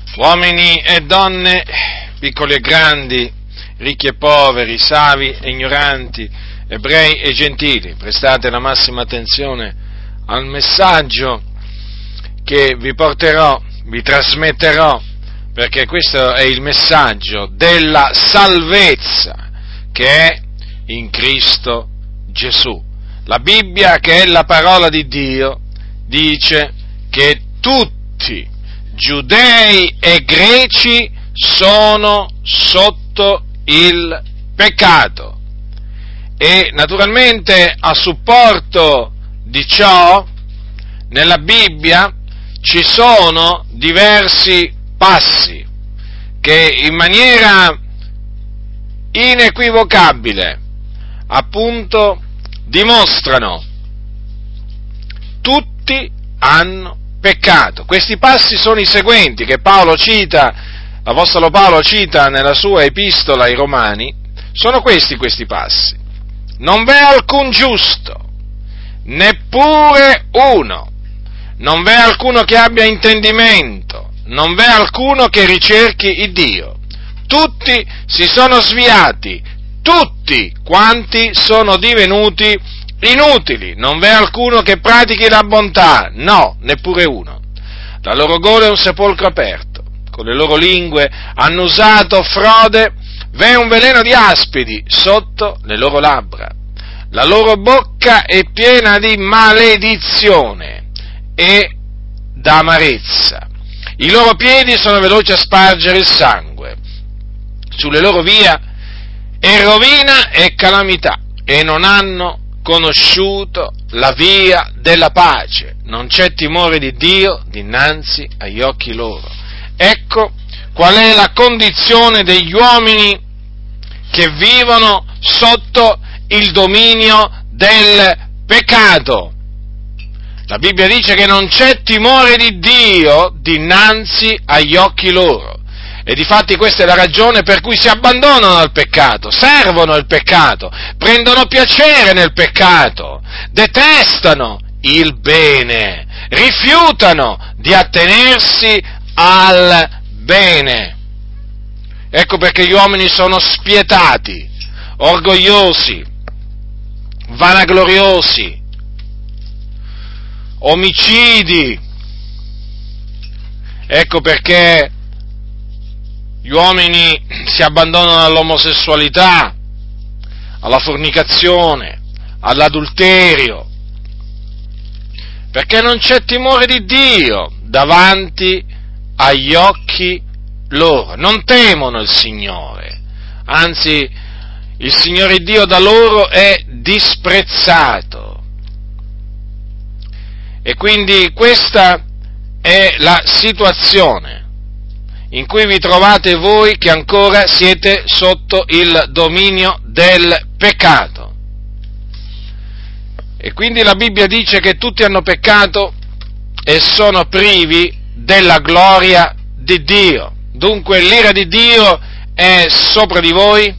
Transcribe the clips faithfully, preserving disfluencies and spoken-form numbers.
Uomini e donne, piccoli e grandi, ricchi e poveri, savi e ignoranti, ebrei e gentili, prestate la massima attenzione al messaggio che vi porterò, vi trasmetterò, perché questo è il messaggio della salvezza che è in Cristo Gesù. La Bibbia, che è la parola di Dio, dice che tutti, giudei e greci, sono sotto il peccato. E naturalmente a supporto di ciò, nella Bibbia ci sono diversi passi che in maniera inequivocabile appunto dimostrano tutti hanno peccato. Questi passi sono i seguenti che Paolo cita, l'Apostolo Paolo cita nella sua epistola ai Romani. Sono questi questi passi: non v'è alcun giusto, neppure uno, non v'è alcuno che abbia intendimento, non v'è alcuno che ricerchi il Dio. Tutti si sono sviati, tutti quanti sono divenuti inutili, non v'è alcuno che pratichi la bontà, no, neppure uno. La loro gola è un sepolcro aperto, con le loro lingue hanno usato frode, v'è un veleno di aspidi sotto le loro labbra. La loro bocca è piena di maledizione e d'amarezza. I loro piedi sono veloci a spargere il sangue. Sulle loro vie è rovina e calamità, e non hanno conosciuto la via della pace. Non c'è timore di Dio dinanzi agli occhi loro. Ecco qual è la condizione degli uomini che vivono sotto il dominio del peccato. La Bibbia dice che non c'è timore di Dio dinanzi agli occhi loro. E difatti questa è la ragione per cui si abbandonano al peccato, servono il peccato, prendono piacere nel peccato, detestano il bene, rifiutano di attenersi al bene. Ecco perché gli uomini sono spietati, orgogliosi, vanagloriosi, omicidi. Ecco perché gli uomini si abbandonano all'omosessualità, alla fornicazione, all'adulterio, perché non c'è timore di Dio davanti agli occhi loro, non temono il Signore, anzi il Signore Dio da loro è disprezzato. E quindi questa è la situazione in cui vi trovate voi che ancora siete sotto il dominio del peccato. E quindi la Bibbia dice che tutti hanno peccato e sono privi della gloria di Dio. Dunque l'ira di Dio è sopra di voi,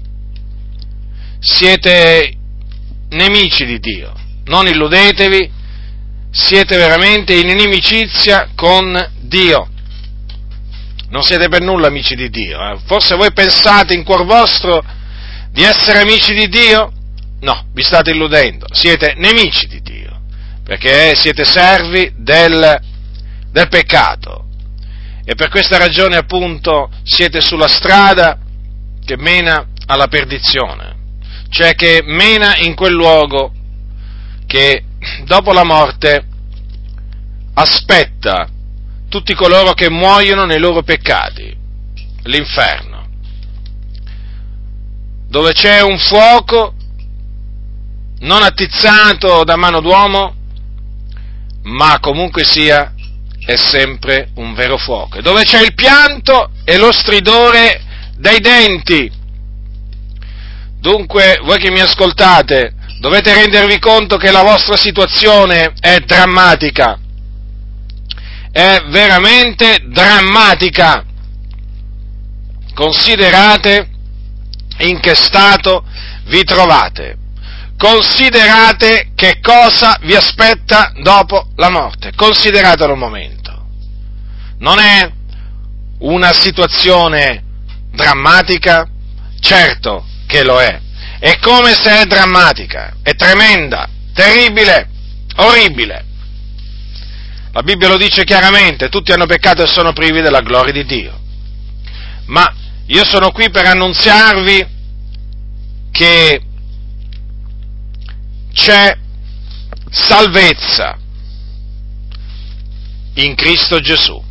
siete nemici di Dio, non illudetevi, siete veramente in inimicizia con Dio. Non siete per nulla amici di Dio. Eh? Forse voi pensate in cuor vostro di essere amici di Dio? No, vi state illudendo. Siete nemici di Dio, perché siete servi del, del peccato. E per questa ragione, appunto, siete sulla strada che mena alla perdizione, cioè che mena in quel luogo che dopo la morte aspetta tutti coloro che muoiono nei loro peccati, l'inferno, dove c'è un fuoco non attizzato da mano d'uomo, ma comunque sia è sempre un vero fuoco, e dove c'è il pianto e lo stridore dei denti. Dunque, voi che mi ascoltate, dovete rendervi conto che la vostra situazione è drammatica, è veramente drammatica. Considerate in che stato vi trovate, considerate che cosa vi aspetta dopo la morte, consideratelo un momento. Non è una situazione drammatica? Certo che lo è. E come se è drammatica, è tremenda, terribile, orribile. La Bibbia lo dice chiaramente, tutti hanno peccato e sono privi della gloria di Dio. Ma io sono qui per annunziarvi che c'è salvezza in Cristo Gesù.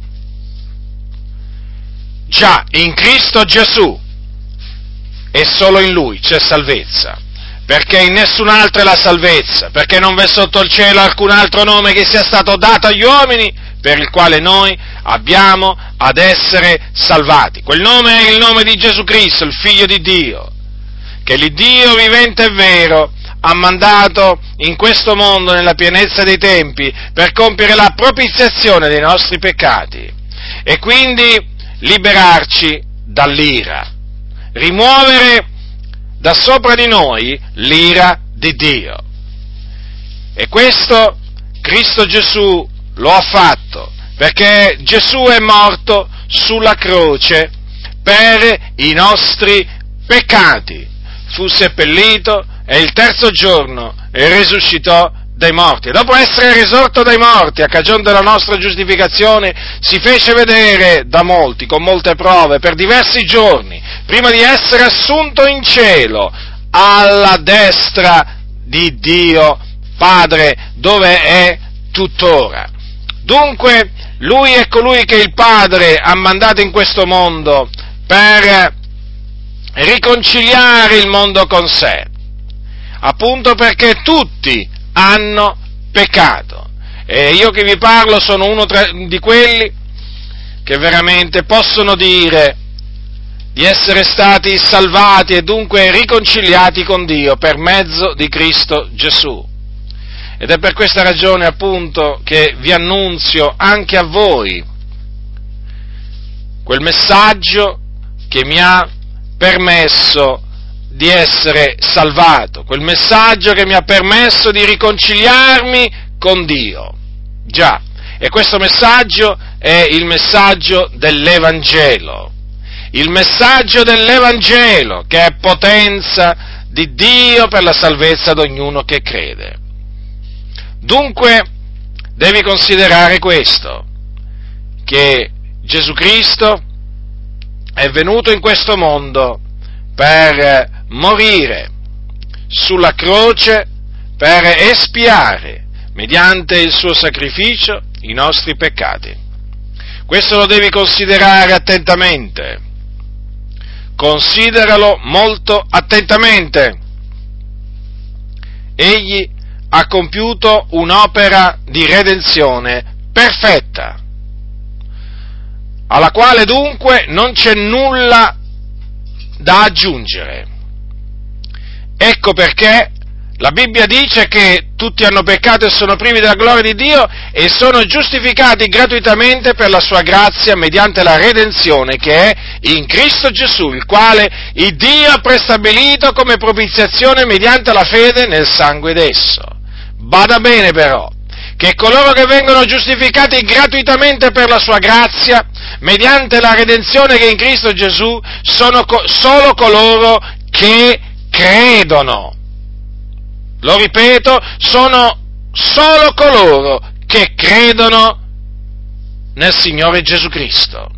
Già, in Cristo Gesù e solo in Lui c'è salvezza, perché in nessun altro è la salvezza, perché non v'è sotto il cielo alcun altro nome che sia stato dato agli uomini per il quale noi abbiamo ad essere salvati. Quel nome è il nome di Gesù Cristo, il Figlio di Dio, che l'Iddio vivente e vero ha mandato in questo mondo nella pienezza dei tempi per compiere la propiziazione dei nostri peccati e quindi liberarci dall'ira, rimuovere da sopra di noi l'ira di Dio. E questo Cristo Gesù lo ha fatto, perché Gesù è morto sulla croce per i nostri peccati, fu seppellito e il terzo giorno risuscitò dai morti. E dopo essere risorto dai morti, a cagione della nostra giustificazione, si fece vedere da molti, con molte prove, per diversi giorni, prima di essere assunto in cielo, alla destra di Dio Padre, dove è tuttora. Dunque, Lui è colui che il Padre ha mandato in questo mondo per riconciliare il mondo con sé, appunto perché tutti hanno peccato. E io che vi parlo sono uno tra, di quelli che veramente possono dire di essere stati salvati e dunque riconciliati con Dio per mezzo di Cristo Gesù. Ed è per questa ragione, appunto, che vi annunzio anche a voi quel messaggio che mi ha permesso di essere salvato, quel messaggio che mi ha permesso di riconciliarmi con Dio. Già, e questo messaggio è il messaggio dell'Evangelo, il messaggio dell'Evangelo che è potenza di Dio per la salvezza di ognuno che crede. Dunque, devi considerare questo, che Gesù Cristo è venuto in questo mondo per morire sulla croce, per espiare, mediante il suo sacrificio, i nostri peccati. Questo lo devi considerare attentamente. Consideralo molto attentamente. Egli ha compiuto un'opera di redenzione perfetta, alla quale dunque non c'è nulla da aggiungere. Ecco perché la Bibbia dice che tutti hanno peccato e sono privi della gloria di Dio e sono giustificati gratuitamente per la sua grazia mediante la redenzione che è in Cristo Gesù, il quale il Dio ha prestabilito come propiziazione mediante la fede nel sangue d'esso. Bada bene però, che coloro che vengono giustificati gratuitamente per la sua grazia, mediante la redenzione che è in Cristo Gesù, sono co- solo coloro che credono. Lo ripeto, sono solo coloro che credono nel Signore Gesù Cristo.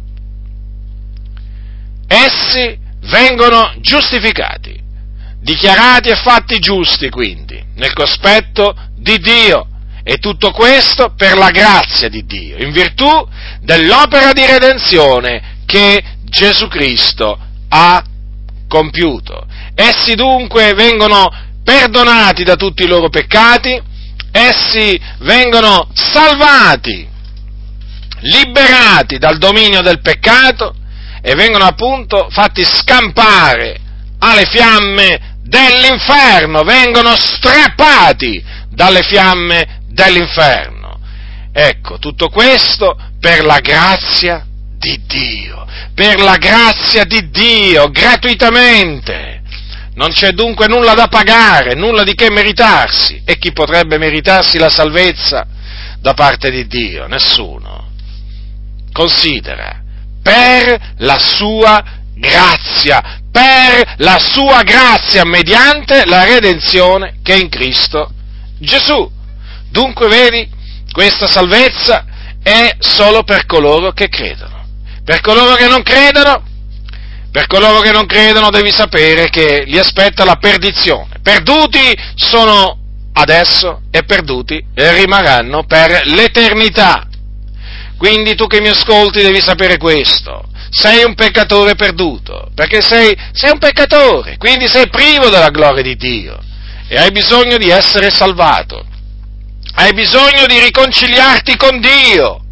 Essi vengono giustificati, dichiarati e fatti giusti quindi, nel cospetto di Dio. E tutto questo per la grazia di Dio, in virtù dell'opera di redenzione che Gesù Cristo ha compiuto. Essi dunque vengono perdonati da tutti i loro peccati, essi vengono salvati, liberati dal dominio del peccato e vengono appunto fatti scampare alle fiamme dell'inferno, vengono strappati dalle fiamme dell'inferno. Ecco, tutto questo per la grazia di Dio, per la grazia di Dio, gratuitamente. Non c'è dunque nulla da pagare, nulla di che meritarsi. E chi potrebbe meritarsi la salvezza da parte di Dio? Nessuno. Considera, per la sua grazia, per la sua grazia mediante la redenzione che è in Cristo Gesù. Dunque vedi, questa salvezza è solo per coloro che credono. Per coloro che non credono, per coloro che non credono devi sapere che li aspetta la perdizione. Perduti sono adesso e perduti rimarranno per l'eternità. Quindi tu che mi ascolti devi sapere questo: sei un peccatore perduto, perché sei, sei un peccatore, quindi sei privo della gloria di Dio e hai bisogno di essere salvato, hai bisogno di riconciliarti con Dio,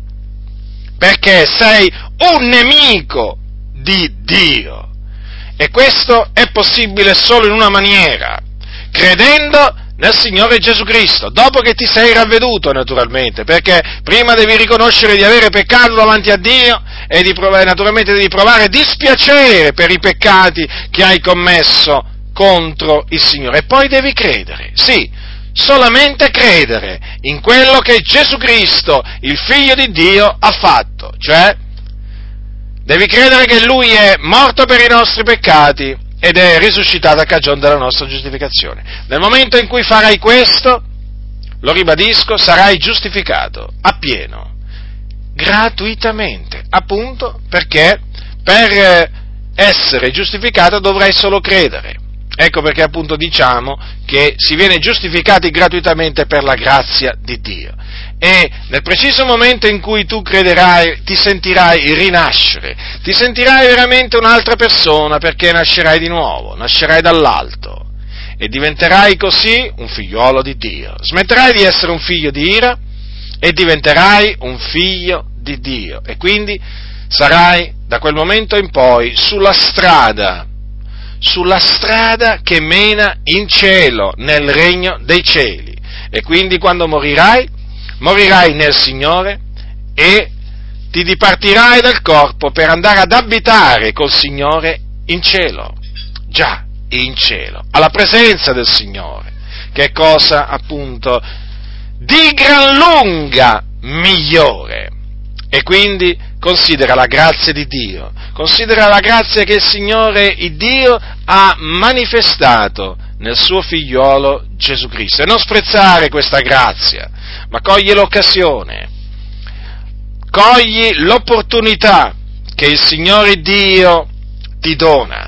perché sei un nemico di Dio, e questo è possibile solo in una maniera: credendo nel Signore Gesù Cristo, dopo che ti sei ravveduto naturalmente, perché prima devi riconoscere di avere peccato davanti a Dio e di provare, naturalmente devi provare dispiacere per i peccati che hai commesso contro il Signore, e poi devi credere, sì, solamente credere in quello che Gesù Cristo, il Figlio di Dio, ha fatto, cioè devi credere che Lui è morto per i nostri peccati ed è risuscitato a cagione della nostra giustificazione. Nel momento in cui farai questo, lo ribadisco, sarai giustificato appieno, gratuitamente, appunto perché per essere giustificato dovrai solo credere. Ecco perché appunto diciamo che si viene giustificati gratuitamente per la grazia di Dio. E nel preciso momento in cui tu crederai, ti sentirai rinascere, ti sentirai veramente un'altra persona, perché nascerai di nuovo, nascerai dall'alto e diventerai così un figliuolo di Dio. Smetterai di essere un figlio di ira e diventerai un figlio di Dio, e quindi sarai da quel momento in poi sulla strada, sulla strada che mena in cielo, nel regno dei cieli, e quindi quando morirai, morirai nel Signore e ti dipartirai dal corpo per andare ad abitare col Signore in cielo, già in cielo, alla presenza del Signore, che è cosa appunto di gran lunga migliore. E quindi considera la grazia di Dio, considera la grazia che il Signore, il Dio, ha manifestato nel suo figliolo Gesù Cristo, e non sprezzare questa grazia, ma cogli l'occasione, cogli l'opportunità che il Signore Dio ti dona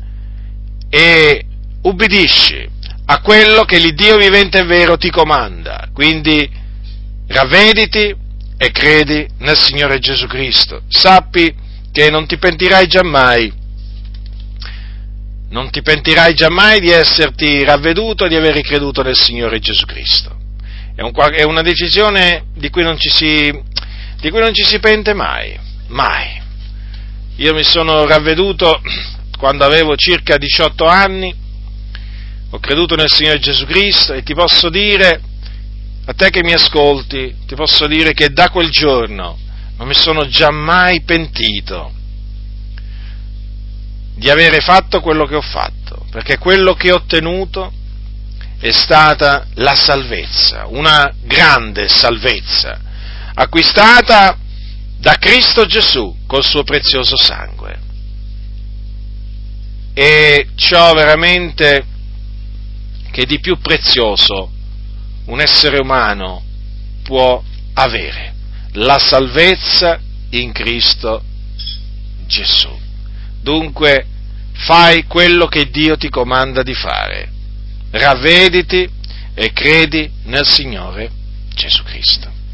e ubbidisci a quello che l'Iddio vivente e vero ti comanda. Quindi ravvediti e credi nel Signore Gesù Cristo. Sappi che non ti pentirai giammai, non ti pentirai giammai di esserti ravveduto e di aver creduto nel Signore Gesù Cristo. È, un, è una decisione di cui non ci si, di cui non ci si pente mai, mai. Io mi sono ravveduto quando avevo circa diciotto anni, ho creduto nel Signore Gesù Cristo e ti posso dire, a te che mi ascolti, ti posso dire che da quel giorno non mi sono giammai pentito di avere fatto quello che ho fatto, perché quello che ho ottenuto è stata la salvezza, una grande salvezza, acquistata da Cristo Gesù col suo prezioso sangue. E ciò veramente che di più prezioso un essere umano può avere, la salvezza in Cristo Gesù. Dunque fai quello che Dio ti comanda di fare, ravvediti e credi nel Signore Gesù Cristo.